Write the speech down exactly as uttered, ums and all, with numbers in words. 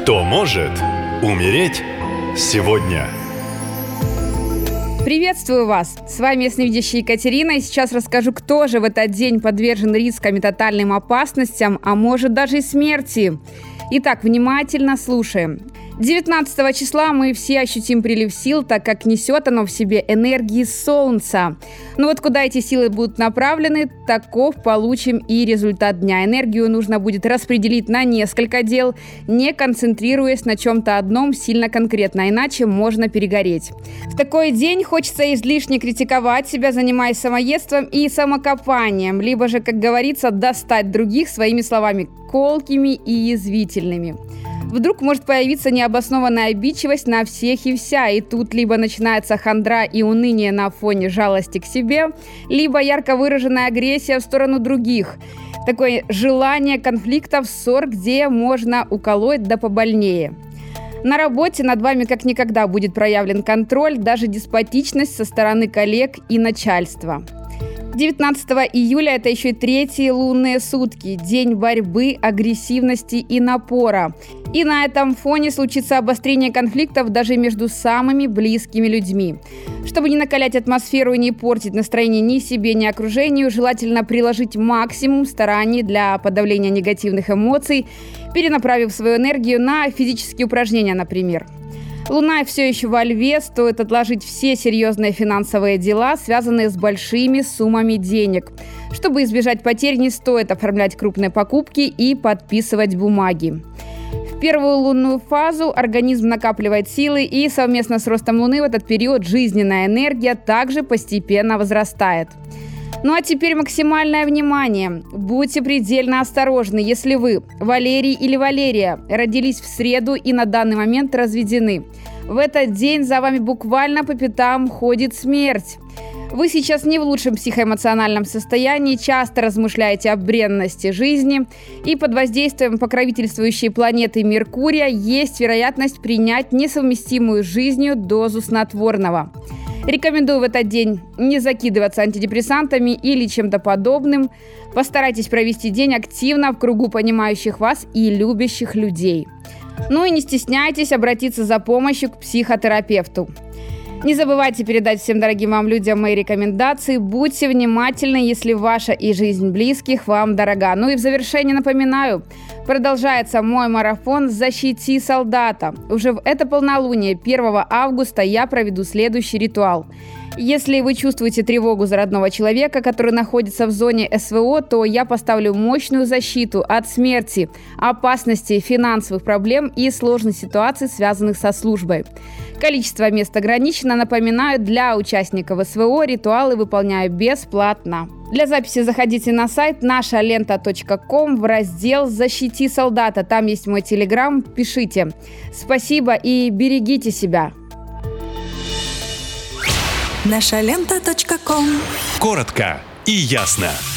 Кто может умереть сегодня? Приветствую вас! С вами ясновидящая Екатерина, и сейчас расскажу, кто же в этот день подвержен рискам и тотальным опасностям, а может даже и смерти. Итак, внимательно слушаем. девятнадцатого числа мы все ощутим прилив сил, так как несет оно в себе энергии Солнца. Но вот куда эти силы будут направлены, таков получим и результат дня. Энергию нужно будет распределить на несколько дел, не концентрируясь на чем-то одном сильно конкретно, иначе можно перегореть. В такой день хочется излишне критиковать себя, занимаясь самоедством и самокопанием, либо же, как говорится, достать других своими словами колкими и язвительными. Вдруг может появиться необоснованная обидчивость на всех и вся, и тут либо начинается хандра и уныние на фоне жалости к себе, либо ярко выраженная агрессия в сторону других. Такое желание конфликтов, ссор, где можно уколоть да побольнее. На работе над вами как никогда будет проявлен контроль, даже деспотичность со стороны коллег и начальства. девятнадцатого июля это еще и третьи лунные сутки, день борьбы, агрессивности и напора. И на этом фоне случится обострение конфликтов даже между самыми близкими людьми. Чтобы не накалять атмосферу и не портить настроение ни себе, ни окружению, желательно приложить максимум стараний для подавления негативных эмоций, перенаправив свою энергию на физические упражнения, например. Луна все еще во Льве, стоит отложить все серьезные финансовые дела, связанные с большими суммами денег. Чтобы избежать потерь, не стоит оформлять крупные покупки и подписывать бумаги. В первую лунную фазу организм накапливает силы, и совместно с ростом Луны в этот период жизненная энергия также постепенно возрастает. Ну а теперь максимальное внимание. Будьте предельно осторожны, если вы, Валерий или Валерия, родились в среду и на данный момент разведены. В этот день за вами буквально по пятам ходит смерть. Вы сейчас не в лучшем психоэмоциональном состоянии, часто размышляете о бренности жизни, и под воздействием покровительствующей планеты Меркурия есть вероятность принять несовместимую с жизнью дозу снотворного. Рекомендую в этот день не закидываться антидепрессантами или чем-то подобным. Постарайтесь провести день активно в кругу понимающих вас и любящих людей. Ну и не стесняйтесь обратиться за помощью к психотерапевту. Не забывайте передать всем дорогим вам людям мои рекомендации. Будьте внимательны, если ваша и жизнь близких вам дорога. Ну и в завершение напоминаю, продолжается мой марафон «Защити солдата». Уже в это полнолуние, первого августа, я проведу следующий ритуал. Если вы чувствуете тревогу за родного человека, который находится в зоне СВО, то я поставлю мощную защиту от смерти, опасностей, финансовых проблем и сложных ситуаций, связанных со службой. Количество мест ограничено. Напоминаю, для участников СВО ритуалы выполняю бесплатно. Для записи заходите на сайт наша лента точка ком в раздел «Защити солдата». Там есть мой телеграм. Пишите. Спасибо и берегите себя. наша лента точка ком. Коротко и ясно.